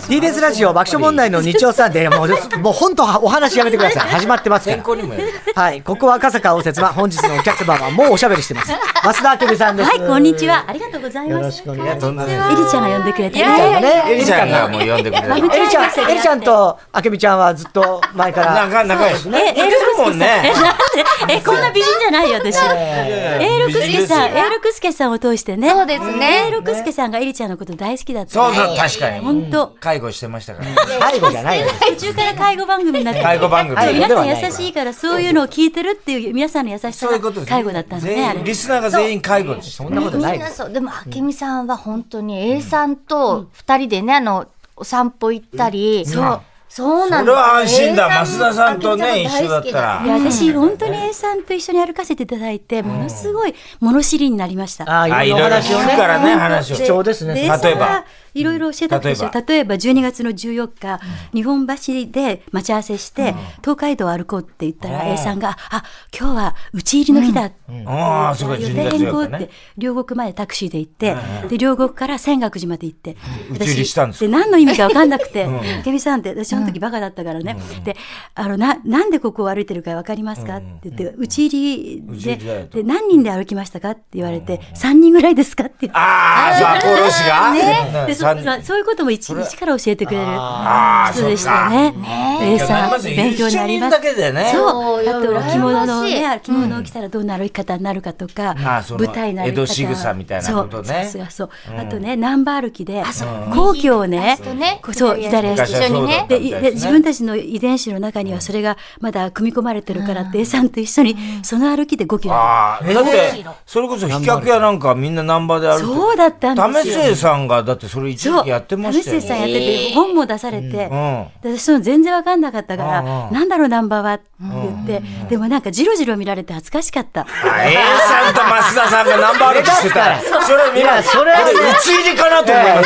TBS ラジオ爆笑問題の日曜さんでもう本当お話やめてください。始まってますから。はい、ここは赤坂応接間、本日のお客様はもうおしゃべりしてます。増田明美さんです。 はい、こんにちは。ありがとうございます。 よろしくお願いします。 エリちゃんが呼んでくれて。 エリちゃんがもう呼んでくれた。 エリちゃんと明美ちゃんはずっと前から仲良しね。似てるもんね。 こんな美人じゃないよ私。永六輔さんを通してね。 そうですね。 永六輔さんがエリちゃんのこと大好きだった。 そうそう、確かに。 本当。 介護してましたから。 介護じゃないよ。 途中から介護番組になって。 介護番組。 皆さん優しいからそういうのを聞いてるっていう皆さんの優しさが介護だったんだね。 リスナーが全員介護です。 そんなことない。 でも明美さんは本当に A さんと2人でねお散歩行ったり。そうなんです。 それは安心だ。増田さんとね一緒だったら。 いや私本当に A さんと一緒に歩かせていただいてものすごい物知りになりました。 いろいろ話をね。 からね話を。 貴重ですね。 例えば。 いろいろ教えたでしょ。例えば12月の14日、日本橋で待ち合わせして、東海道を歩こうって言ったら A さんが今日は打ち入りの日だ。 ああ、そうか、 予定変更って両国までタクシーで行って、で両国から仙岳寺まで行って、 打ち入りしたんですで何の意味か分かんなくて、明美さんって私その時バカだったからね。でなんでここを歩いてるか分かりますかって言って打ち入りで何人で歩きましたかって言われて3人ぐらいですかって言って。 ああ、札幌市が。 そういうことも一から教えてくれる人でしたね。A さん勉強になります。そう。あと着物のね、着物を着たらどんな歩き方になるかとか、舞台の歩き方。 江戸仕草みたいなことね。 そう。あとね、ナンバ歩きで皇居をね、そう左足と一緒にね。で自分たちの遺伝子の中にはそれがまだ組み込まれてるからって A さんと一緒にその歩きで5キロ。 だってそれこそ飛脚やなんかみんなナンバで歩いて。 そうだったんですよ。 為末さんがだってそれ一時やってましたよ。 為末さんやってて本も出されて、私その全然わかんなかったからなんだろうナンバーはって言って、でもなんかジロジロ見られて恥ずかしかった。 A さんと増田さんがナンバー歩きしてたら、それみんなそれ打ち入りかなと思います。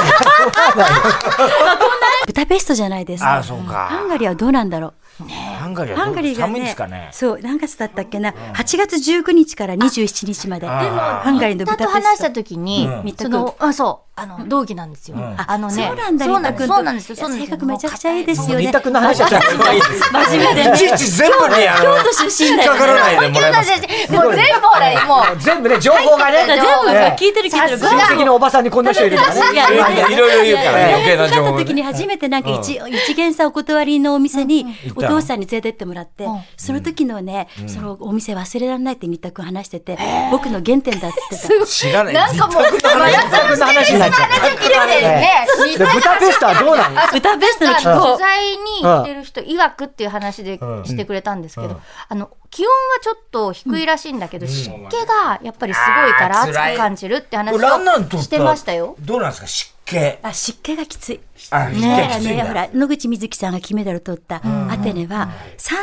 ブダペストじゃないですか。 あ、そうか。 ハンガリーはどうなんだろう。 ハンガリーは寒いんですかね。 そう、何月だったっけな、8月19日から27日まで。ハンガリーのブダペスト。 話した時に、同期なんですよ。そうなんですよ。 性格めちゃくちゃいいですよね。 二択の話はちゃんといいです。 真面目でね。 いちいち全部に京都出身だよ。 引っかからないでもらいます。 もう全部ほらもう全部ね情報がね。 全部聞いてる。 親戚のおばさんにこんな人いるからね。 いろいろ言うから余計な情報。 会った時に初めてなんか一元さんお断りのお店にお父さんに連れてってもらって、その時のねそのお店忘れられないって新田君話してて、僕の原点だって言ってた。 知らない。 なんかもう二択の話になっちゃう。ブダペストはどうなの？ ブダペストの気候。 取材に行ってる人曰くっていう話でしてくれたんですけど、気温はちょっと低いらしいんだけど、湿気がやっぱりすごいから暑く感じるって話をしてましたよ。 どうなんですか湿気？ 湿気がきつい。 ね、 ほら野口みずきさんが金メダル取ったアテネは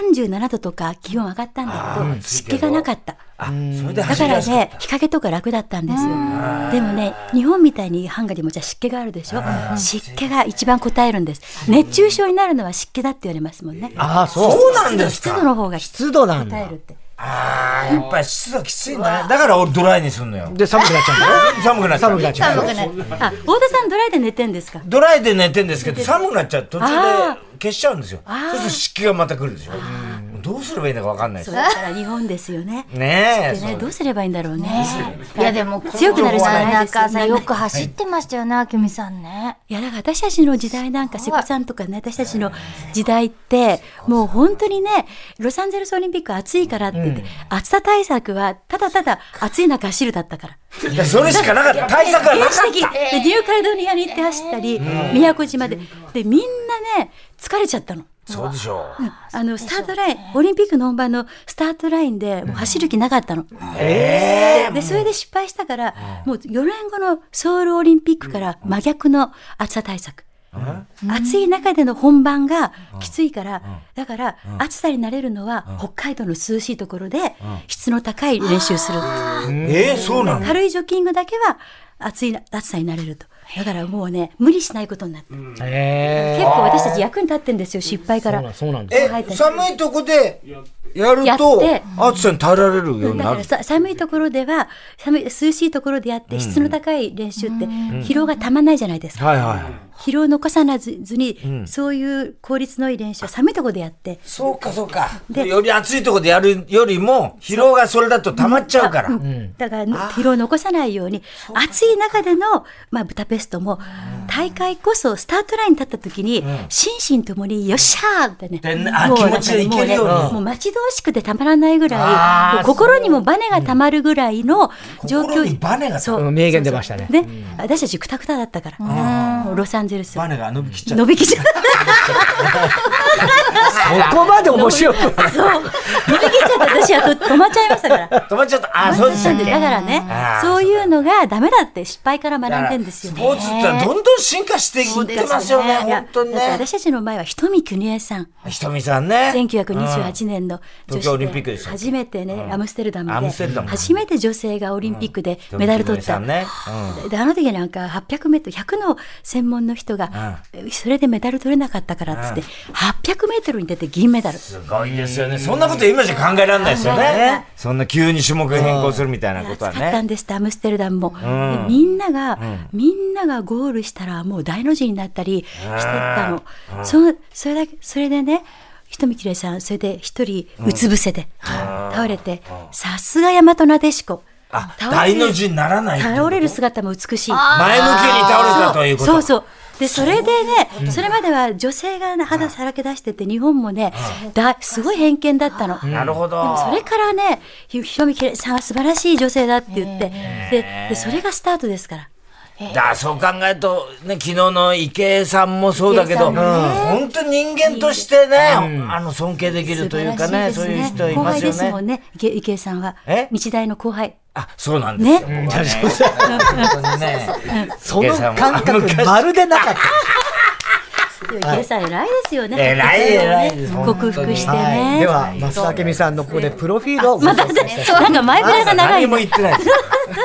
37度とか気温上がったんだけど湿気がなかった。だからね日陰とか楽だったんですよ。でもね日本みたいにハンガリーもじゃ湿気があるでしょ。湿気が一番答えるんです。熱中症になるのは湿気だって言われますもんね。 そうなんですか。 湿度の方が湿度なんだ。 答えるって。 やっぱり湿度きついんだね。だから俺ドライにすんのよ。 で寒くなっちゃうんだよ。 寒くなっちゃう。 太田さんドライで寝てんですか？ ドライで寝てんですけど寒くなっちゃう途中で消しちゃうんですよ。そうすると湿気がまた来るでしょ。どうすればいいのか分かんないです。 そうだから日本ですよね。 ねえ。 どうすればいいんだろうね。 いやでも強くなるしかないですよね。 よく走ってましたよね、明美さんね。 いやだから私たちの時代なんか瀬古さんとかね、私たちの時代ってもう本当にね、ロサンゼルスオリンピック暑いからって言って、暑さ対策はただただ暑い中走るだったから。 それしかなかった。対策はなかった。 でニューカレドニアに行って走ったり、宮古島でみんなね疲れちゃったの。 そうでしょう。スタートライン、オリンピックの本番のスタートラインでもう走る気なかったの。でそれで失敗したから、もう4年後のソウルオリンピックから真逆の暑さ対策。暑い中での本番がきついから、だから暑さに慣れるのは北海道の涼しいところで質の高い練習する。 そうなの？ 軽いジョギングだけは暑さになれると。だからもうね無理しないことになって、結構私たち役に立ってんですよ、失敗から。 そうなんです。 寒いとこでやると、暑さに耐えられるようになる。 だから寒いところでは、涼しいところでやって、質の高い練習って、疲労がたまんないじゃないですか。疲労を残さずに、そういう効率のいい練習は寒いところでやって。 そうか。より暑いところでやるよりも、疲労がそれだと溜まっちゃうから。 だから、疲労を残さないように、暑い中での、ブダペストも、大会こそスタートラインに立った時に、心身ともによっしゃーってね。 気持ちでいけるように。 もう待ち遠しくてたまらないぐらい、心にもバネがたまるぐらいの状況。 心にバネがたまる。 名言出ましたね。 私たちクタクタだったから。ロサンゼルス。 バネが伸びきっちゃう。 伸びきっちゃう。 そこまで面白く。そう。 伸びきっちゃって私は止まっちゃいましたから。 止まっちゃった。そうですね。 だからね、そういうのがダメだって失敗から学んでんですよね。 スポーツってどんどん進化していってますよね。本当にね。 私たちの前は瞳邦江さん。 瞳さんね。 1928年の東京オリンピックでした。 初めてね、アムステルダムで初めて女性がオリンピックでメダル取った。で、あの時なんか800メートル、100の専門の人がそれでメダル取れなかったからっつって800メートルに出て銀メダル。 すごいですよね。そんなこと今じゃ考えられないですよね。そんな急に種目変更するみたいなことはね。 暑かったんですってアムステルダムも。みんながゴールしたらもう大の字になったりしてったの。それでね、瞳きれいさんそれで一人うつ伏せで倒れて、さすが大和なでしこ。 大の字にならない。 倒れる姿も美しい。 前向きに倒れたということ。 そう。で、それでね、それまでは女性が肌さらけ出してて、日本もね、すごい偏見だったの。 なるほど。 でもそれからね、瞳きれいさんは素晴らしい女性だって言って、で、それがスタートですから。 そう考えると、ね、昨日の池江さんもそうだけど、本当に人間としてね、尊敬できるというかね、そういう人いますよね。 後輩ですもんね、池江さんは。日大の後輩。 そうなんですよ。 ね。 本当にね。 その感覚まるでなかった。 池江さん偉いですよね。 偉いです。 克服してね。 では、増田明美さんのここでプロフィールをご紹介します。 なんか前触れが長い。 何も言ってないです。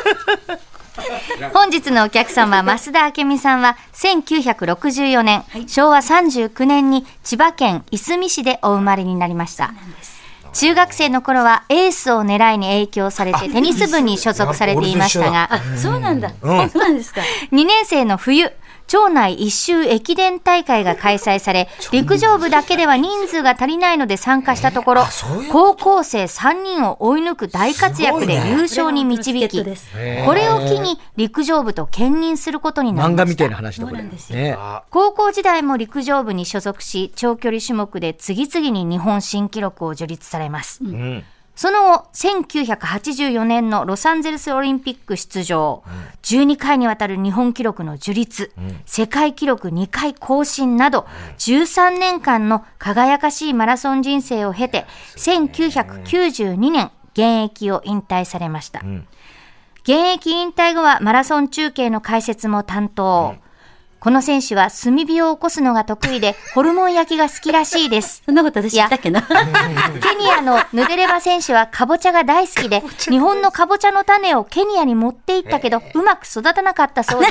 本日のお客様、増田明美さんは1964年、昭和39年に千葉県いすみ市でお生まれになりました。中学生の頃はエースを狙いに影響されてテニス部に所属されていましたが、 そうなんだ。そうなんですか。 2年生の冬、町内一周駅伝大会が開催され、陸上部だけでは人数が足りないので参加したところ、高校生3人を追い抜く大活躍で優勝に導き、これを機に陸上部と兼任することになりました。 漫画みたいな話だこれ。 高校時代も陸上部に所属し、長距離種目で次々に日本新記録を樹立されます。その後、1984年のロサンゼルスオリンピック出場、12回にわたる日本記録の樹立、世界記録2回更新など、13年間の輝かしいマラソン人生を経て、1992年、現役を引退されました。現役引退後はマラソン中継の解説も担当。この選手は炭火を起こすのが得意で、ホルモン焼きが好きらしいです。 そんなこと私言ったっけな。 ケニアのヌデレバ選手はカボチャが大好きで、日本のカボチャの種をケニアに持って行ったけど、うまく育たなかったそうです。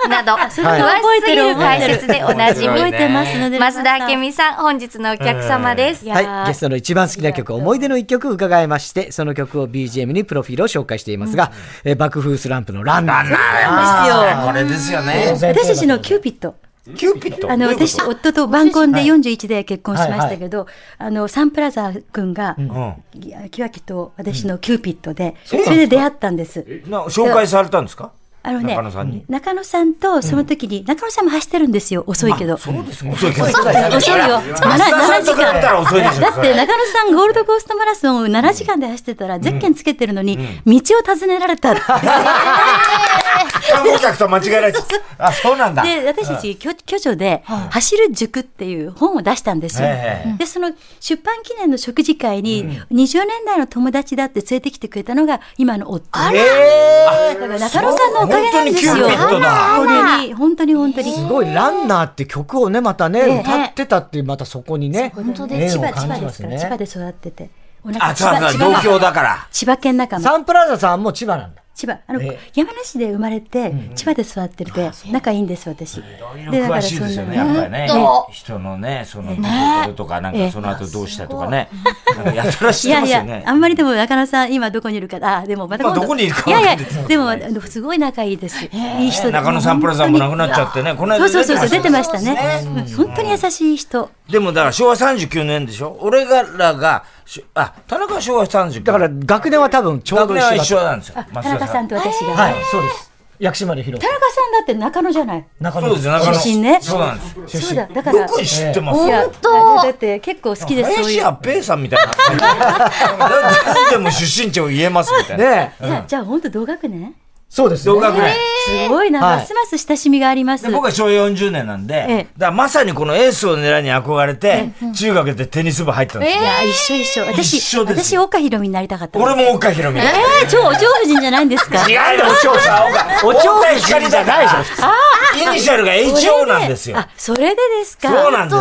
など、詳しすぎる解説でおなじみ。 覚えてます、 増田明美さん、本日のお客様です。 はい、ゲストの一番好きな曲、思い出の一曲伺いまして、その曲を BGM にプロフィールを紹介していますが、爆風スランプのランナー。 これですよね。 私たちのキューピッド。私、夫と晩婚で41で結婚しましたけど、サンプラザ君が、キワキと私のキューピッドで、それで出会ったんです。 紹介されたんですか？ 中野さんとその時に、中野さんも走ってるんですよ、遅いけど。 そうですね。遅いけど。 遅いよ。7時間。だって中野さんゴールドコーストマラソンを7時間で走ってたら、ゼッケンつけてるのに、道を尋ねられた。 観光客と間違えられちゃった。そうなんだ。 で、私たち、巨女で、走る塾っていう本を出したんですよ。で、その出版記念の食事会に、20年代の友達だって連れてきてくれたのが、今の夫。だから中野さんのおかげなんですよ。本当に。 すごい、ランナーって曲をね、またね、歌ってたっていう、またそこにね。 本当で、千葉ですから、千葉で育ってて。 同郷だから。 千葉県仲間。 サンプラザさんも千葉なんだ。 千葉、山梨で生まれて、千葉で育ってて、仲いいんです、私。 で、詳しいですよね、やっぱりね。人のね、その、ところとか、なんかその後どうしたとかね。やたら知ってますよね。 いやいや、あんまりでも中野さん、今どこにいるか、でもまた今度。 どこにいるか。 いやいや、でも、すごい仲いいです。いい人で。 中野サンプラザもなくなっちゃってね、この間そう、出てましたね。本当に優しい人。 でも、だから昭和39年でしょ？俺らが、田中は昭和39年。 だから学年は多分ちょうど一緒なんですよ。 田中さんと私が。 はい、そうです。薬師丸ひろ。 田中さんだって中野じゃない。 中野です、中野。 出身ね。 そうなんです。 そうだ、だから。 よく知ってます。 本当。だって結構好きです。 林家ペイさんみたいな。誰でも出身地を言えますみたいな。 ね。 じゃあ本当同学年？ そうです。 同学年。 すごいな、ますます親しみがあります。 僕は昭和40年なんで、だからまさにこのエースを狙いに憧れて、中学でテニス部入ったんですよ。 いや、一緒。私、岡ひろみになりたかった。 俺も岡ひろみ。 超お嬢夫人じゃないんですか？ 違うよ、お嬢さん。お嬢光じゃないでしょ。イニシャルが HO なんですよ。 それでですか？ そうなんです。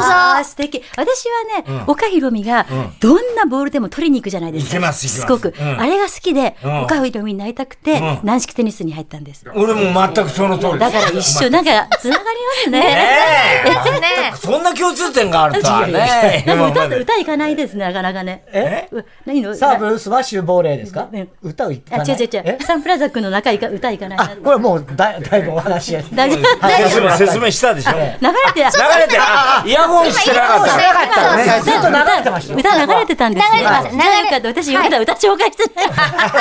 素敵。私はね、岡ひろみが、どんなボールでも取りに行くじゃないですか。 行きます。 すごく。あれが好きで、岡ひろみになりたくて、軟式テニスに入ったんです。 俺も全くその通り。 だから一緒、なんか、つながりますね。 そんな共通点があるとはね。 でも歌いかないですね、なかなかね。 何のサーブ、スマッシュ、ボレーですか？歌を言ってない。 違う。サンプラザ君の中歌いかない。 これもう、だいぶお話し説明したでしょ。 流れて、 イヤホンしてなかった。 ずっと流れてました。 歌流れてたんですよ。私、まだ歌紹介してない。 ずっ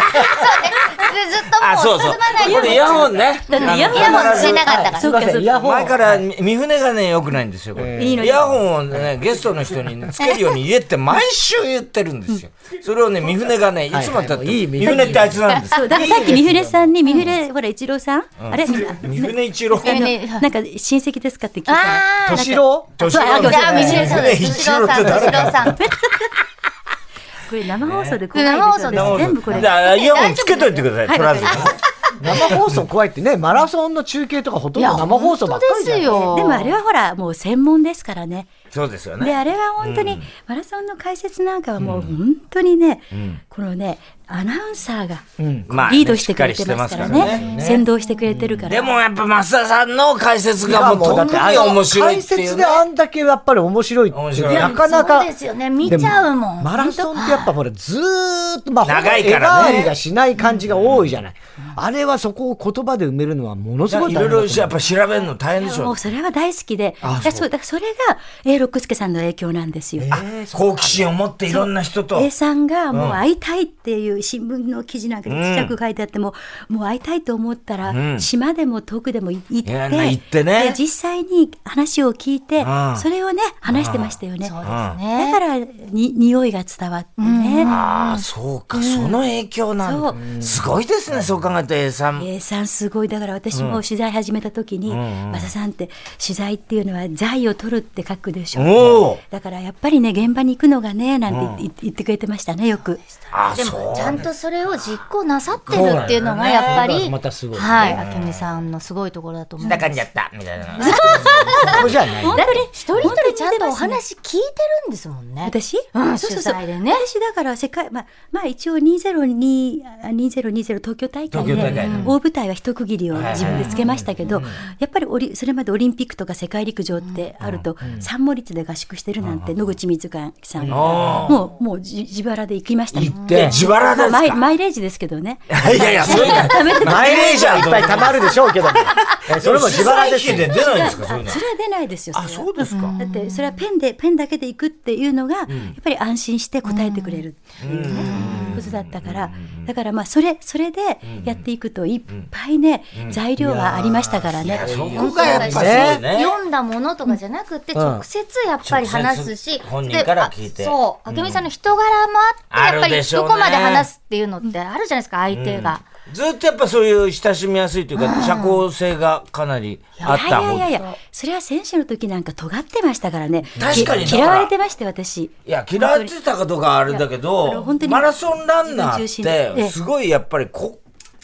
ともう進まない。 これイヤホンね。 イヤホンしてなかったから。 そうか、イヤホン。 前から三船がね、良くないんですよ。イヤホンをね、ゲストの人につけるように言えって毎週言ってるんですよ。それをね、三船がね、いつもだって三船ってあいつなんです。 だからさっき三船さんに、三船、ほら、一郎さんあれ三船一郎なんか親戚ですかって聞いたら。 敏郎？ 三船一郎って誰だ？ これ生放送で怖いですよ。全部これ。 イヤホンつけといてください、取らずに。 生放送怖いってね、マラソンの中継とかほとんど生放送ばっかりじゃん。 でもあれはほら、もう専門ですからね。 そうですよね。 で、あれは本当に、マラソンの解説なんかはもう本当にね、このね、アナウンサーがリードしてくれてますからね。先導してくれてるから。 でもやっぱ増田さんの解説がもうとんでも面白いっていう。 解説であんだけやっぱり面白いってなかなか。 そうですよね、見ちゃうもん。 マラソンってやっぱほらずーっと、 長いからね。 絵がしない感じが多いじゃない。あれはそこを言葉で埋めるのはものすごいいろいろやっぱ調べるの大変でしょ。 もうそれは大好きで、それが六輔さんの影響なんですよ。 好奇心を持っていろんな人と。 A さんがもう会いたいっていう新聞の記事なんかでちっちゃく書いてあっても、もう会いたいと思ったら、島でも遠くでも行ってね、実際に話を聞いて、それをね、話してましたよね。だから匂いが伝わってね。 ああ、そうか、その影響なんだ。すごいですね、そう考えると A さん。 A さんすごい。だから私も取材始めた時に、増田さんって取材っていうのは財を取るって書くでしょ。だからやっぱりね、現場に行くのがね、なんて言ってくれてましたね、よく。 でもちゃんとそれを実行なさってるっていうのがやっぱり、はい、明美さんのすすごいところだと思う。 中にやったみたいな。 そうじゃない。本当に一人一人ちゃんとお話聞いてるんですもんね。 私？ 取材でね。 私だから世界まあ一応2020東京大会で大舞台は一区切りを自分でつけましたけど、やっぱりそれまでオリンピックとか世界陸上ってあるとサンモリッツで合宿してるなんて野口みずかさんもう自腹で行きました。 行って自腹ですか？ マイレージですけどね。 いやいや、そういうマイレージはいっぱい貯まるでしょうけど、それも自腹ですで出ないですか？そういうの。 それは出ないですよ。 あ、そうですか。 だってそれはペンだけで行くっていうのがやっぱり安心して答えてくれるっていうねことだったから、だからまあそれでやっていくといっぱいね材料はありましたからね。 そこがやっぱりね、 読んだものとかじゃなくて直接やっぱり話すし、 本人から聞いて、 そう、明美さんの人柄もあってやっぱりどこまで話すっていうのってあるじゃないですか、相手が。 ずっとやっぱそういう親しみやすいというか社交性がかなりあった方。 いやそれは選手の時なんか尖ってましたからね。 確かに嫌われてましたよ私。 いや嫌われてたかどうかあれだけど、マラソンランナーってすごいやっぱり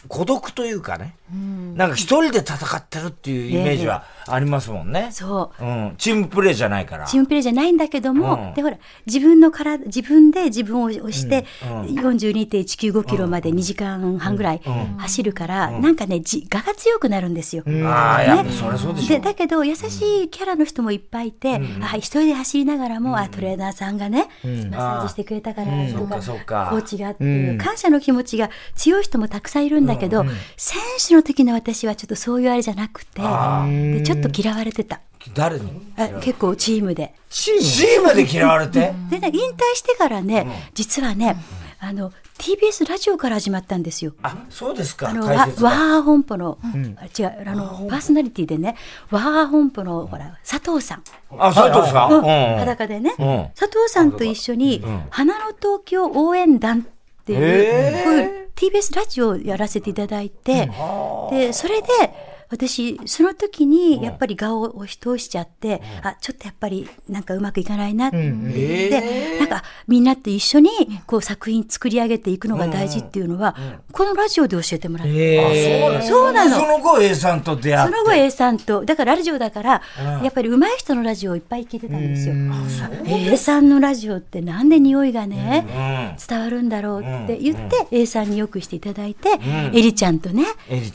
孤独というかね。なんか一人で戦ってるっていうイメージはありますもんね。 そう。 チームプレーじゃないから。 チームプレーじゃないんだけども、で、ほら、自分で自分を押して、42.195 キロまで2時間半ぐらい走るから、なんかね、我が強くなるんですよ。 やっぱそりゃそうでしょ。 だけど、優しいキャラの人もいっぱいいて、一人で走りながらも、トレーナーさんがね、マッサージしてくれたからとか、コーチがっていう、感謝の気持ちが強い人もたくさんいるんだけど、選手の時の私はちょっとそういうあれじゃなくて、でちょっと嫌われてた。 誰に？ 結構チームで。 チームで嫌われて？ でね、引退してからね、実はね、TBS ラジオから始まったんですよ。 そうですか。 ワハ本舗の、違う、パーソナリティでね、ワハ本舗の、ほら、佐藤さん。 佐藤さん？ 裸でね、佐藤さんと一緒に、花の東京応援団っていう、TBS ラジオをやらせていただいて、で、それで、私、その時に、やっぱり顔を押し通しちゃって、ちょっとやっぱり、なんかうまくいかないなって、なんか、みんなって一緒に、こう、作品作り上げていくのが大事っていうのは、このラジオで教えてもらって。そうなの。 その後 A さんと出会って。 その後 A さんと、だからラジオだから、やっぱり上手い人のラジオをいっぱい聞いてたんですよ。A さんのラジオってなんで匂いがね、伝わるんだろうって言って、A さんによくしていただいて、エリちゃんとね、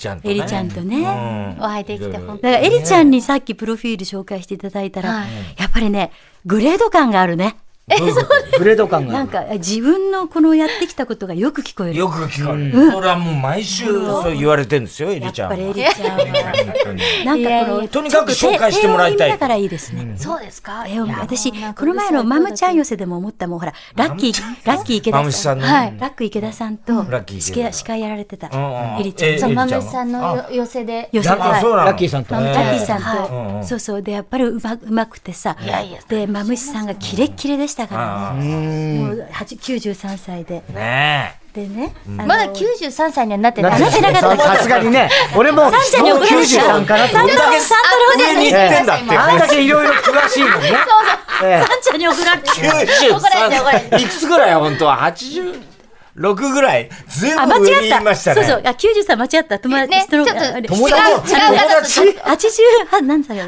お会いできて本当に。 だからエリちゃんにさっきプロフィール紹介していただいたら、やっぱりね、グレード感があるね。 グレード感がなんか自分のこのやってきたことがよく聞こえる。 よく聞こえる。それはもう毎週そう言われてるんですよ、エリちゃんは。 やっぱりエリちゃんは。なんかこの、 とにかく紹介してもらいたい。 だからいいですね。 そうですか。 私、この前のマムちゃん寄せでも思ったもん、ほら、ラッキー池田さん。はい。ラック池田さんと、司会やられてた。エリちゃん。 マムさんの寄せで。 ラッキーさんと。 ラッキーさんと。そうそう。で、やっぱりうまくてさ。で、マムシさんがキレッキレでしたからね。もう93歳で。 ねえ。でね。 まだ93歳にはなってない。 なってなかった。 さすがにね。俺も93かなって。 サンタロ上に行ってんだって。 あんだけいろいろ詳しいもんね。 サンちゃんに怒られて。 93。いくつぐらい本当は80。6ぐらい全部上に言いましたね。 そうそう。93間違った。友達。 友達 ?80、何歳だ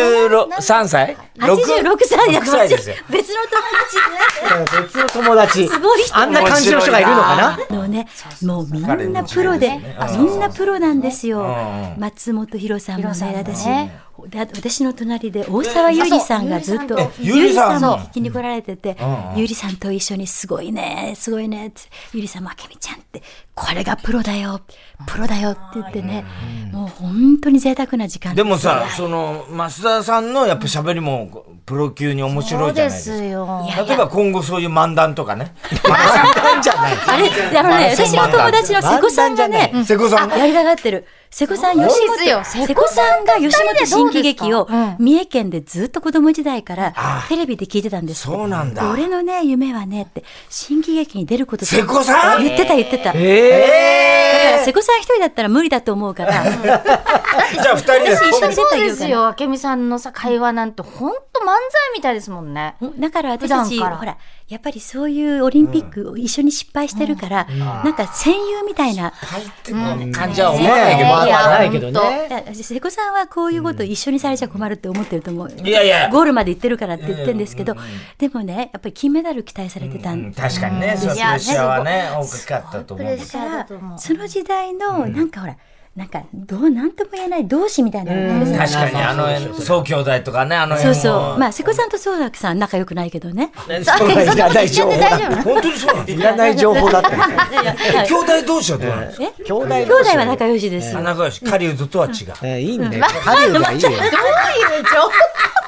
?83 歳 ?86 歳だ。 6歳ですよ。 別の友達。別の友達。 すごい人。 あんな感じの人がいるのかなもうみんなプロで、みんなプロなんですよ。松本博さんもね、私の隣で大沢ゆりさんがずっと、ゆりさんも聞きに来られてて、ゆりさんと一緒にすごいね、すごいねって、ゆりさんもあけみちゃんって、これがプロだよって言ってね、もう本当に贅沢な時間でもさ、その、増田さんのやっぱ喋りもプロ級に面白いじゃないですか。そうですよ。例えば今後そういう漫談とかね。漫談じゃない。 あれ、私の友達の瀬古さんがね、 瀬古さんやりたがってる。瀬古さん、瀬古さんが吉本新喜劇を三重県でずっと子供時代からテレビで聞いてたんです。 そうなんだ。 俺のね、夢はねって、新喜劇に出ること瀬古さん言ってた。だから瀬古さん一人だったら無理だと思うから。じゃあ二人で一緒に出たですよ。あけみさんのさ、会話なんて本当漫才みたいですもんね。 だから私たち、ほら、やっぱりそういうオリンピックを一緒に失敗してるから、なんか戦友みたいな感じは思わないけどね。瀬古さんはこういうことを一緒にされちゃ困るって思ってると思う。 いやいや。 ゴールまで行ってるからって言ってるんですけど、でもね、やっぱり金メダル期待されてたんで。 確かにね、そのプレッシャーはね、大きかったと思う。 だから、その時代の、なんかほら、なんかなんとも言えない同志みたいなのが確かにそう兄弟とかねそうそうまあ瀬古さんと宗岳さん仲良くないけどねいらない情報だ本当にそうなんですいらない情報だった兄弟同士はどうなんですか兄弟は仲良しですよ仲良し狩人とは違ういいんだよ狩人はいいよどういう情報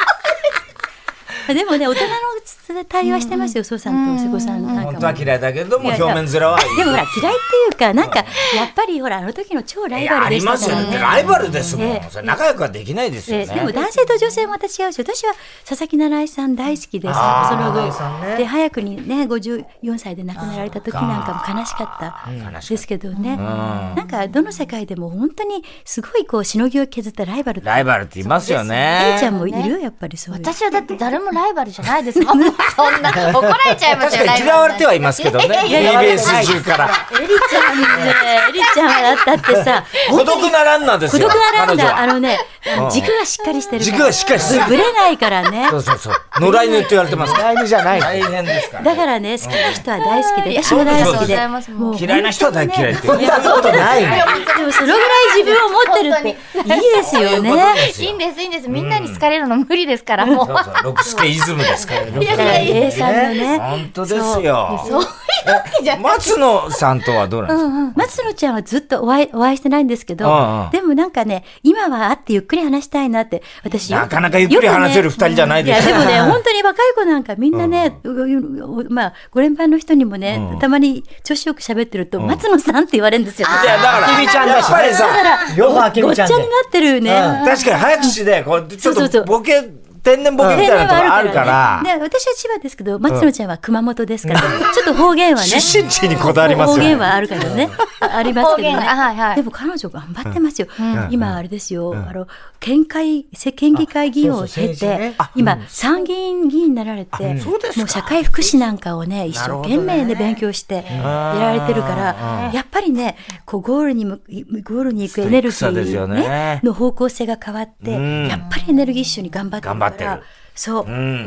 でもね、大人の対話してますよ、蘇さんと瀬古さんなんかも。 本当は嫌いだけども、表面面はいい。 でもほら、嫌いっていうか、なんか、やっぱりほら、あの時の超ライバルでしたからね。 ありますよね。ライバルですもん。仲良くはできないですよね。 でも男性と女性もまた違うし、私は佐々木七井さん大好きです。その後、で、早くにね、54歳で亡くなられた時なんかも悲しかったですけどね。なんか、どの世界でも本当にすごいこう、しのぎを削ったライバル。 ライバルって言いますよね。 エリちゃんもいるやっぱりそういう。 私はだって誰もライバルじゃないですもん。そんな、怒られちゃいますよ。 確かに嫌われてはいますけどね。TBS 中から。 エリちゃんはだってさ、 孤独なランナーですよ。 孤独なランナー、軸がしっかりしてるから。 軸がしっかりしてる。 ぶれないからね。 そうそうそう。野良犬って言われてます。 野良犬じゃない。 大変ですから。 だからね、好きな人は大好きで、私も大好きで。 嫌いな人は大嫌いって。 そんなことない。 でもそのぐらい自分を持ってるっていいですよね。 いいんです、いいんです。みんなに好かれるの無理ですから、もう。 そうそう、六助イズムですから。 だから A さんのね。 本当ですよ。 そういうわけじゃない。 松野さんとはどうなんですか？ 松野ちゃんはずっとお会いしてないんですけど、でもなんかね、今は会ってゆっくり話したいなって、私なかなかゆっくり話せる二人じゃないですよ。いや、でもね、本当に若い子なんかみんなね、まあ、ご連番の人にもね、たまに調子よく喋ってると、松野さんって言われるんですよ。 いや、だから、 あきみちゃんだし、 やっぱりさ、 ごっちゃになってるね。 確かに早口で、こう、ちょっとボケ、天然ボケみたいなところあるから。 で、私は千葉ですけど、松野ちゃんは熊本ですから、ちょっと方言はね。 出身地にこだわりますよね。 方言はあるからね。ありますけどね。 はいはい。 でも彼女頑張ってますよ。今あれですよ、県議会議員を経て、今参議院議員になられて、もう社会福祉なんかをね、一生懸命ね、勉強してやられてるから、やっぱりね、こうゴールに行くエネルギーね、の方向性が変わって、やっぱりエネルギッシュに頑張ってるから、そう、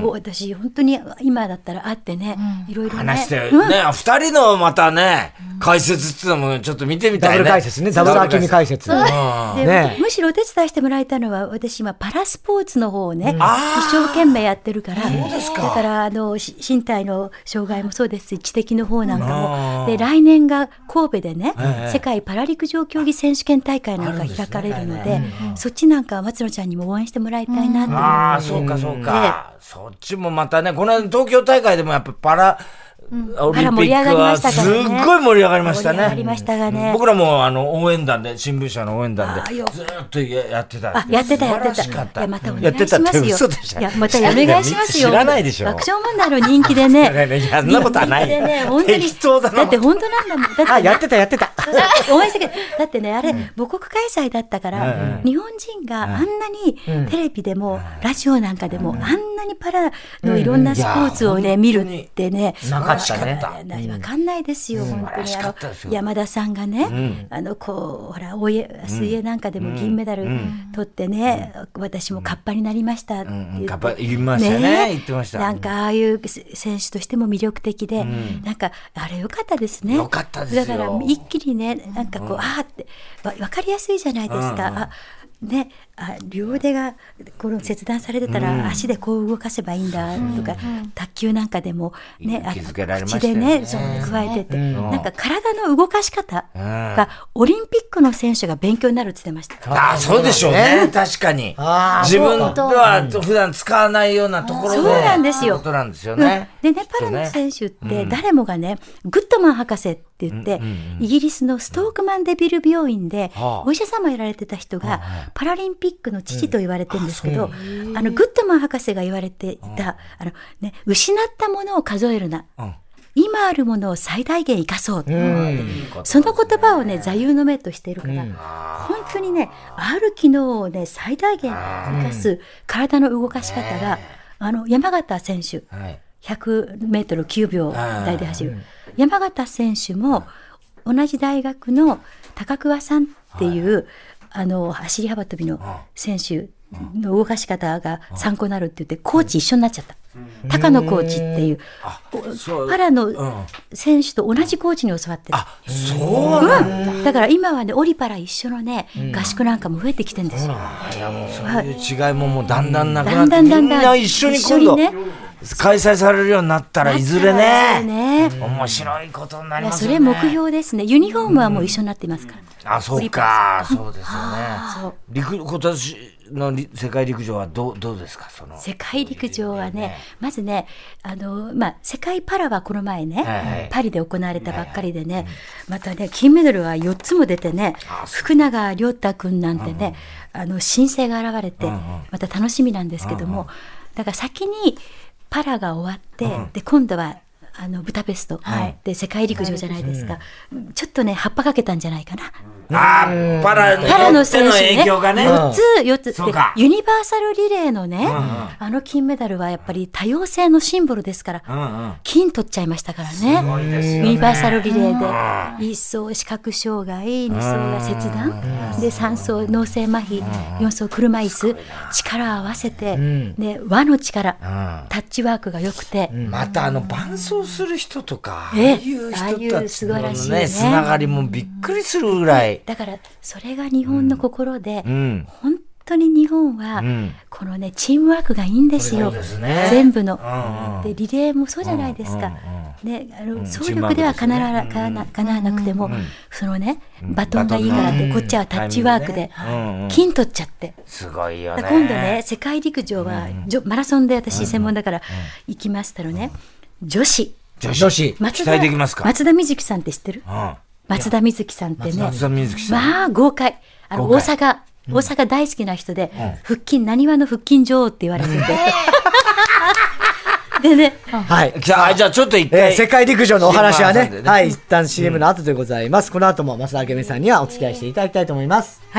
私本当に今だったら会ってね、いろいろね話してね、二人のまたね、解説っていうのもちょっと見てみたいね。 ダブル解説ね、ダブルあきみ解説。 むしろお手伝いしてもらいたいのは、私今パラスポーツの方をね、一生懸命やってるから、だから身体の障害もそうですし、知的の方なんかも、で来年が神戸でね、世界パラ陸上競技選手権大会なんか開かれるので、そっちなんか松野ちゃんにも応援してもらいたいなって。 ああ、そうかそうか。そっちもまたね、この間東京大会でもやっぱパラオリンピックはすっごい盛り上がりましたね。 盛り上がりましたがね。 僕らも応援団で、新聞社の応援団でずっとやってた。 やってた。 素晴らしかった。 またお願いしますよ。 嘘でしょ。 いや、またお願いしますよ。 知らないでしょ。 爆笑問題の人気でね。 そんなことはない。適当だな。 だって本当なんだもん。 あ、やってた。 応援してくれ。だってね、あれ、母国開催だったから、日本人があんなにテレビでも、ラジオなんかでも、あんなにパラのいろんなスポーツをね、見るってね。 なかったね。 わかんないですよ、本当に。山田さんがね、ほら、水泳なんかでも銀メダル取ってね、私もカッパになりましたって言って。 カッパ言いましたね、言ってました。 なんか、ああいう選手としても魅力的で、なんか、あれ良かったですね。 良かったですよ。 だから、一気にね、なんかこう、ああって、わかりやすいじゃないですか。ね、両腕がこの切断されてたら足でこう動かせばいいんだとか、卓球なんかでもね、口でね、加えてって、なんか体の動かし方がオリンピックの選手が勉強になるって言ってました。 あ、そうでしょうね、確かに。自分では普段使わないようなところで。 そうなんですよ。 ことなんですよね。 でね、パラの選手って誰もがね、グッドマン博士って言って、イギリスのストークマンデビル病院でお医者様やられてた人がパラリンピックの父と言われてるんですけど、グッドマン博士が言われていた、失ったものを数えるな。今あるものを最大限生かそう。その言葉をね、座右の銘としているから、本当にね、ある機能をね、最大限生かす体の動かし方が、山縣選手、100メートル9秒台で走る。山縣選手も、同じ大学の高桑さんっていう、走り幅跳びの選手の動かし方が参考になるって言って、コーチ一緒になっちゃった。高野コーチっていう、パラの選手と同じコーチに教わってる。 そうなんだ。 だから今はね、オリパラ一緒のね、合宿なんかも増えてきてるんですよ。 そういう違いももうだんだんなくなって、みんな一緒に今度開催されるようになったらいずれね、面白いことになりますよね。 それ目標ですね。ユニフォームはもう一緒になってますから。 あ、そうか、そうですよね。今年の世界陸上はどうですか？ 世界陸上はね、まずね、世界パラはこの前ね、パリで行われたばっかりでね、またね、金メダルは4つも出てね、福永亮太君なんてね、新星が現れて、また楽しみなんですけども、だから先にパラが終わって、で今度はブダペスト、で世界陸上じゃないですか、ちょっとね葉っぱかけたんじゃないかな。 パラの選手ね、 4つで、ユニバーサルリレーのね、金メダルはやっぱり多様性のシンボルですから、金取っちゃいましたからね。ユニバーサルリレーで、1走視覚障害、2走が切断、で3走脳性麻痺、4走車椅子、力を合わせて、輪の力、タッチワークが良くて。 また伴走する人とか、ああいう人たちのね、つながりもびっくりするぐらい。 だからそれが日本の心で、本当に日本はこのねチームワークがいいんですよ、全部の。でリレーもそうじゃないですか。ね、総力ではかなわなくても、そのねバトンがいいからってこっちはタッチワークで金取っちゃって。 すごいよね。 今度ね世界陸上はマラソンで私専門だから行きますたらね、女子期待できますか。 松田瑞生さんって知ってる？松田瑞生さんってね、まあ豪快、大阪大好きな人で、なにわの腹筋女王って言われてて。でね、 はい。 じゃあちょっと一回、 世界陸上のお話はね、はい、一旦 CM の後でございます。この後も増田明美さんにはお付き合いしていただきたいと思います。 はい。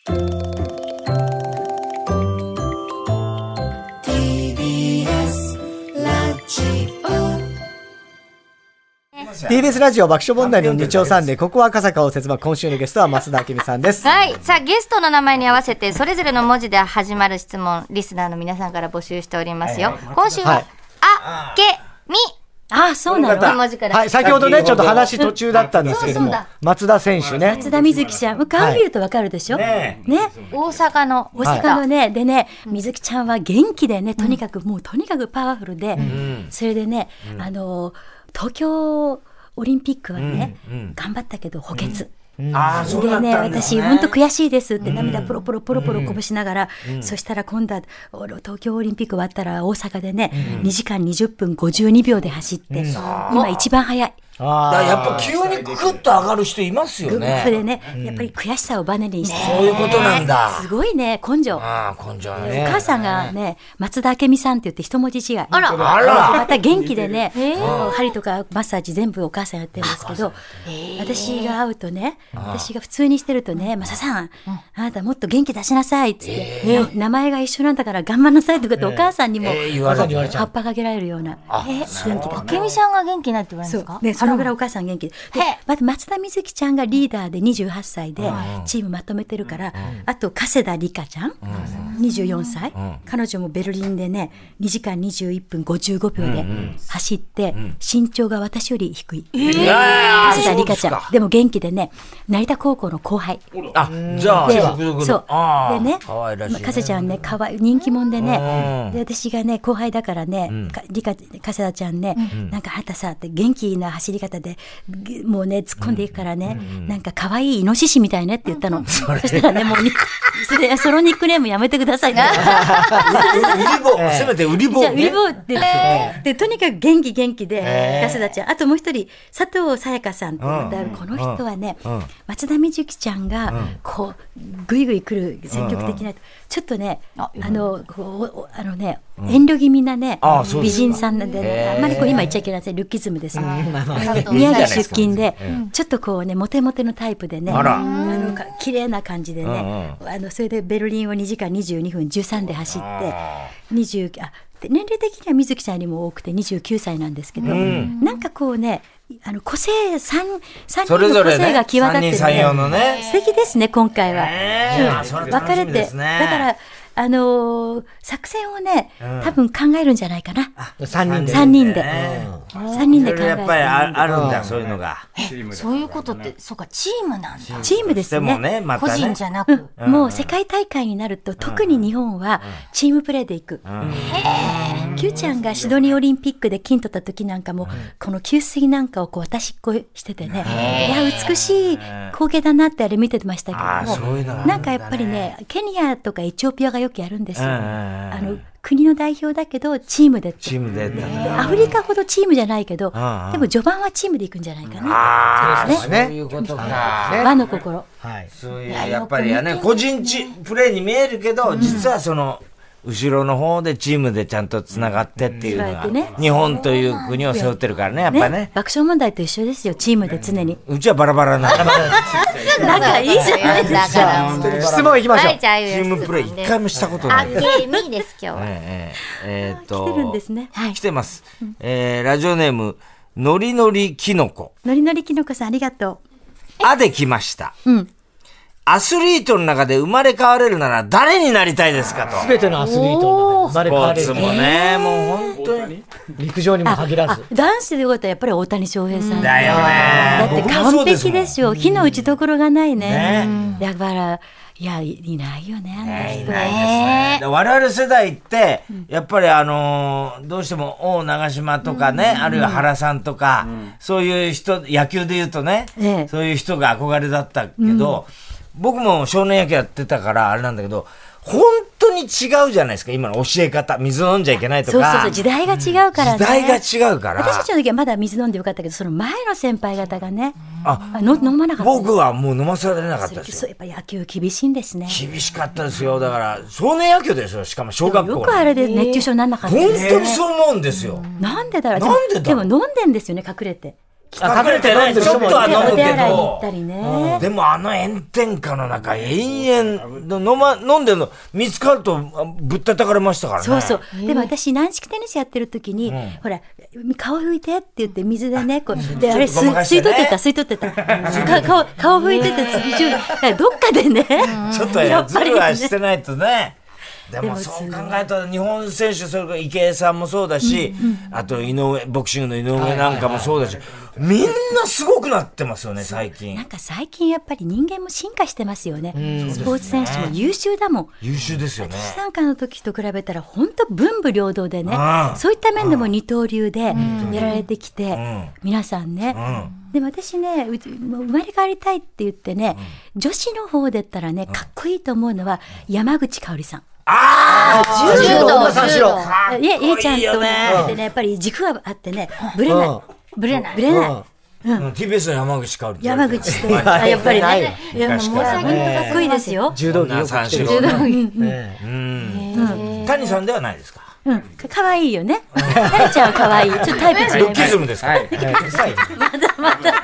TBS ラジオ爆笑問題の日曜サンデー、ここは赤坂を説明。今週のゲストは増田明美さんです。 はい。さあ、ゲストの名前に合わせて、それぞれの文字で始まる質問、リスナーの皆さんから募集しておりますよ。今週は、あけみ。 そうなの。 文字から。 はい、先ほどね、ちょっと話途中だったんですけども、松田選手ね。 松田瑞生ちゃん、顔見るとわかるでしょ。ね。 大阪のね、でね、瑞生ちゃんは元気でね、とにかくパワフルで、それでね、東京オリンピックはね、頑張ったけど補欠。でね、私本当悔しいですって涙ポロポロこぼしながら、そしたら今度は東京オリンピック終わったら大阪でね、2時間20分52秒で走って、今一番早い。 やっぱ急にグッと上がる人いますよね。 それでね、やっぱり悔しさをバネにして、 そういうことなんだ。 すごいね、根性。 根性ね。 お母さんがね、松田明美さんって言って一文字違い。また元気でね、針とかマッサージ全部お母さんやってるんですけど、私が会うとね、私が普通にしてるとね、マサさん、あなたもっと元気出しなさいって言って、名前が一緒なんだから頑張んなさいとかってお母さんにも葉っぱかけられるような元気だ。 明美さんが元気ないって言われるんですか？ そのぐらいお母さん元気で。まず松田瑞生ちゃんがリーダーで28歳でチームまとめてるから、あと加世田梨花ちゃん、24歳。彼女もベルリンでね、2時間21分55秒で走って、身長が私より低い。加世田梨花ちゃん。でも元気でね、成田高校の後輩。 じゃあ、 そう。でね、加世ちゃんね、人気者でね、で、私がね、後輩だからね、加世田ちゃんね、なんかあんたさ、って元気な走り方でもうね突っ込んでいくからね、なんか可愛いイノシシみたいねって言ったの。そしたらね、もうそのニックネームやめてくださいね。 せめて売り棒ってで、とにかく元気で加世田ちゃん。あともう一人佐藤さやかさんってこの人はね、松田瑞生ちゃんがこうぐいぐい来る積極的な、ちょっとね遠慮気味なね美人さんなんでね、あんまりこう今言っちゃいけないですね、ルッキズムですね。宮城出勤でちょっとこうねモテモテのタイプでね、綺麗な感じでね、それでベルリンを2時間22分13で走って年齢的には水木ちゃんにも多くて29歳なんですけど、なんかこうね個性3人の個性が際立ってるね、素敵ですね今回は。分かれて、だから作戦をね、多分考えるんじゃないかな。3人で考える。 やっぱりあるんだ、そういうのが。 そういうことって、そうか、チームなんだ。 チームですね。 個人じゃなく。 もう世界大会になると、特に日本はチームプレーでいく。Q ちゃんがシドニーオリンピックで金取った時なんかも、この給水なんかをこう私っこしててね、いや、美しい光景だなってあれ見てましたけども、なんかやっぱりね、ケニアとかエチオピアがよくやるんですよ。国の代表だけどチームで。アフリカほどチームじゃないけど、でも序盤はチームでいくんじゃないかな。 そういうことか。 和の心。 そういうやっぱりね、個人プレーに見えるけど、実はその後ろの方でチームでちゃんと繋がってっていうのが、日本という国を背負ってるからね、やっぱね。 爆笑問題と一緒ですよ、チームで常に。 うちはバラバラな。 仲いいじゃないですか。 質問いきましょう。 チームプレー一回もしたことない。 あけみです、今日は。 来てるんですね。 来てます。ラジオネーム、のりのりきのこ。 のりのりきのこさん、ありがとう。あで来ました。アスリートの中で生まれ変われるなら誰になりたいですかと。 すべてのアスリートの中で生まれ変われる。 スポーツもね、もう本当に。 陸上にも限らず。 男子でよかったらやっぱり大谷翔平さん。 だよね。 だって完璧ですよ。火の打ちどころがないね。だから、いや、いないよね、あの人ね。我々世代って、やっぱりどうしても王長島とかね、あるいは原さんとか、そういう人、野球で言うとね、そういう人が憧れだったけど、僕も少年野球やってたからあれなんだけど、本当に違うじゃないですか、今の教え方。水飲んじゃいけないとか。 そう、時代が違うからね。 時代が違うから。 私たちの時はまだ水飲んでよかったけど、その前の先輩方がね、飲まなかった。 僕はもう飲まされなかったですよ。 やっぱ野球厳しいんですね。 厳しかったですよ。だから、少年野球ですよ。しかも小学校。 よくあれで熱中症にならなかった。 本当にそう思うんですよ。 なんでだろう。でも飲んでんですよね、隠れて。 隠れてない、ちょっとは飲むけど。 でも炎天下の中、延々飲んでるの、見つかるとぶったたかれましたからね。 そう。でも私、軟式テニスやってる時に、ほら、顔拭いてって言って水でね、で、あれ、吸い取ってた。顔拭いてて、どっかでね。 ちょっとズルはしてないとね。でもそう考えたら日本選手、それから池江さんもそうだし、あとボクシングの井上なんかもそうだし、みんなすごくなってますよね、最近。 なんか最近やっぱり人間も進化してますよね。スポーツ選手も優秀だもん。 優秀ですよね。 私なんかの時と比べたら本当文武両道でね、そういった面でも二刀流でやられてきて、皆さんね。でも私ね、生まれ変わりたいって言ってね、女子の方で言ったらね、かっこいいと思うのは山口香織さん。 柔道三四郎。 えちゃんとね、やっぱり軸があってね、ぶれない。 TBS の山口香織。 山口って、やっぱりね。いや、もう本当かっこいいですよ。 柔道着三四郎。谷さんではないですか。 かわいいよね。谷ちゃんはかわいい。ちょっとタイプ違います。 ルッキズムですか。まだ。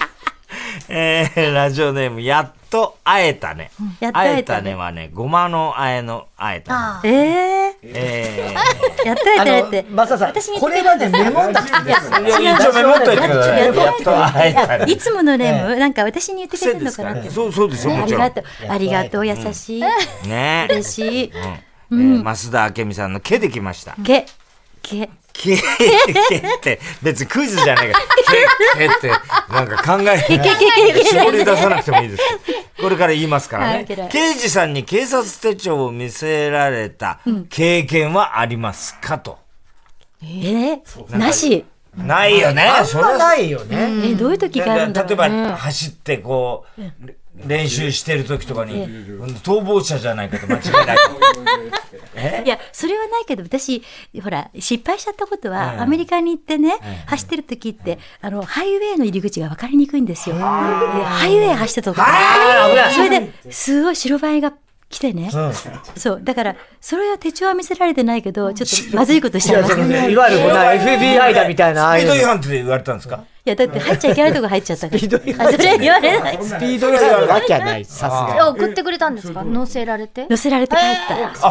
ラジオネーム、やっと会えたね。会えたねはね、ごまのあえの会えたね。やっと会えたねって。 マサさん、これはね、メモったんですよ。 一応メモっといてください。やっと会えたね。 いつものネーム、なんか私に言ってくれてるのかなって。 そうですよ、もちろん。 ありがとう、優しい。 ね。 嬉しい。 増田明美さんの毛できました。毛って別にクイズじゃないから毛ってなんか考え絞り出さなくてもいいですこれから言いますからね。刑事さんに警察手帳を見せられた経験はありますかと。 なし。 ないよね。 あんまないよね。 どういう時があるんだろう。 例えば走ってこう練習してる時とかに逃亡者じゃないかと間違いない。 いや、それはないけど、私、ほら、失敗しちゃったことは、アメリカに行ってね、走ってる時って、ハイウェイの入り口が分かりにくいんですよ。ハイウェイ走ってたとか。それで、すごい白バイが来てね。そう。だから、それは手帳は見せられてないけど、ちょっとまずいことしちゃいましたね。 いわゆるFBI だみたいな。 スピード違反って言われたんですか？ いや、だって入っちゃいけないとこ入っちゃったから。 スピード違反。 それ言われない。 スピード違反わけはない。さすがに。 送ってくれたんですか？乗せられて帰った。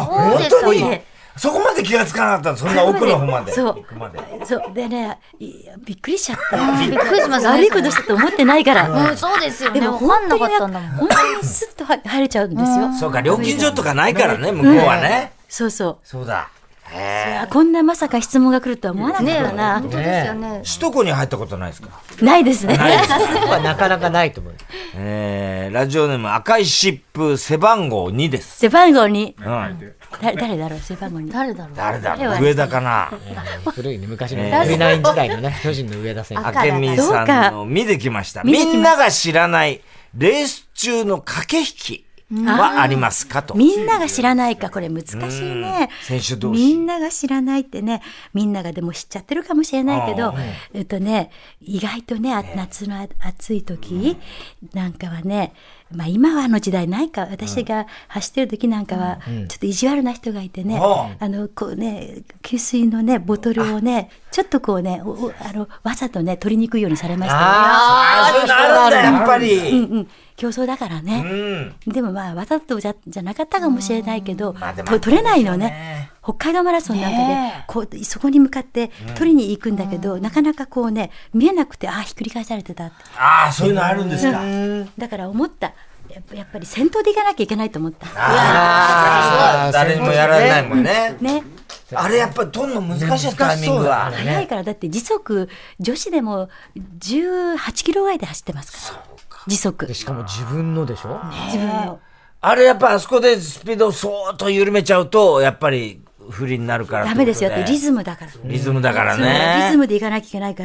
あ、本当にそこまで気がつかなかったの？そんな奥の方まで。 そう。でね、びっくりしちゃった。 びっくりします。 悪いことしたと思ってないから。 そうですよね。 でも分かんなかったんだもん。 本当にスッと入れちゃうんですよ。 そうか、料金所とかないからね、向こうはね。 そう。 そうだ。 こんなまさか質問が来るとは思わなかったな。 本当ですよね。 首都高に入ったことないですか？ ないですね。 なかなかないと思う。 ラジオネーム赤い湿布背番号2です。 背番号2。誰だろう、背番号2。 誰だろう。上田かな。 古いね、昔のV9時代のね、巨人の上田選手。 明美さんの見てきました。みんなが知らないレース中の駆け引きはありますかと。 みんなが知らないか、これ難しいね。 選手同士。 みんなが知らないってね、みんながでも知っちゃってるかもしれないけど、意外とね、夏の暑い時なんかはね、 まあ今は時代ないか、私が走ってる時なんかは、ちょっと意地悪な人がいてね、こうね、給水のね、ボトルをね、ちょっとこうね、わざとね、取りにくいようにされましたよね。 そういうのあるんだ、やっぱり。 競争だからね。でもまあ、わざとじゃなかったかもしれないけど、取れないのね。北海道マラソンなんかで、こう、そこに向かって取りに行くんだけど、なかなかこうね、見えなくて、ひっくり返されてたって。 そういうのあるんですか。 だから思った。やっぱり先頭で行かなきゃいけないと思った。 誰にもやられないもんね。あれやっぱり取るの難しいタイミングは。 早いから、だって時速、女子でも18キロぐらいで走ってますから。時速。 しかも自分のでしょ？ 自分の。 あれやっぱあそこでスピードをそーっと緩めちゃうと、やっぱり不利になるから。 ダメですよ。リズムだから。 リズムだからね。 リズムで行かなきゃいけないから、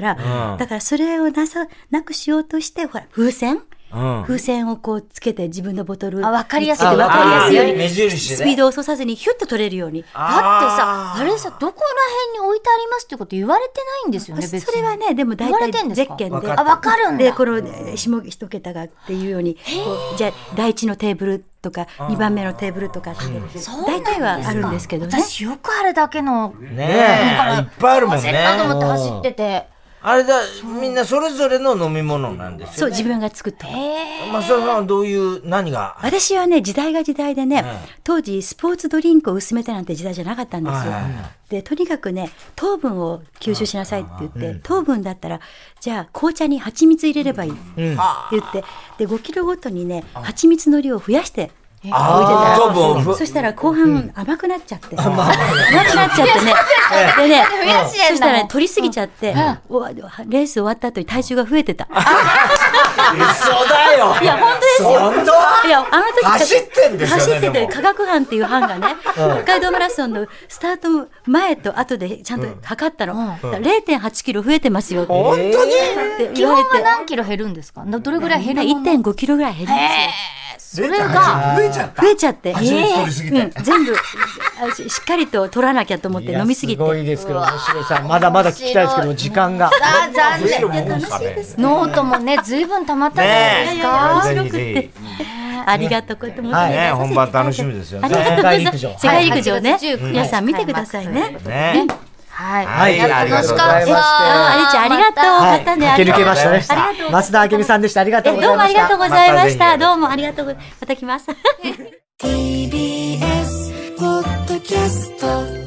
だからそれをなくしようとして、ほら、風船をこうつけて自分のボトル。 わかりやすい。わかりやすいように。 目印でね。 スピードを落とさずにヒュッと取れるように。 だってさ、あれさ、どこら辺に置いてありますってこと言われてないんですよね、別に。 それはね、でも大体ゼッケンで。 わかるんだ。 で、この一桁がっていうように、じゃあ第一のテーブルとか、2番目のテーブルとかって、大体はあるんですけどね。 私よくあれだけの。 ねえ、いっぱいあるもんね。 なと思って走ってて。 あれだ、みんなそれぞれの飲み物なんですよね。 そう、自分が作った。 松田さんはどういう、何が？ 私はね、時代が時代でね、当時スポーツドリンクを薄めてなんて時代じゃなかったんですよ。で、とにかくね、糖分を吸収しなさいって言って、糖分だったら、じゃあ紅茶に蜂蜜入れればいいって言って、で、5キロごとにね、蜂蜜の量を増やして、置いてたら、そしたら後半甘くなっちゃって、甘くなっちゃってね、でね、そしたらね、取りすぎちゃって、レース終わった後に体重が増えてた。 嘘だよ。 いや、本当ですよ。 本当？ いや、あの時走ってんですよね。 走ってて、科学班っていう班がね、北海道マラソンのスタート前と後でちゃんと測ったの。0.8 キロ増えてますよ。 本当に？ 基本は何キロ減るんですか？どれぐらい減るの？ 1.5 キロぐらい減るんですよ。 それが増えちゃって、 全部しっかりと取らなきゃと思って飲みすぎて。 すごいですけど、面白さんまだまだ聞きたいですけど時間が。 残念。ノートもね、ずいぶん溜まったじゃないですか。 面白くて。ありがとう。こうやってもね、本番楽しみですよね。 世界陸上ね、皆さん見てくださいね。 ね。 はい。楽しかった。 ありちゃんありがとう。またね。 駆け抜けましたね。増田明美さんでした。ありがとうございました。 どうもありがとうございました。どうもありがとう。また来ます。 TBS ポッドキャスト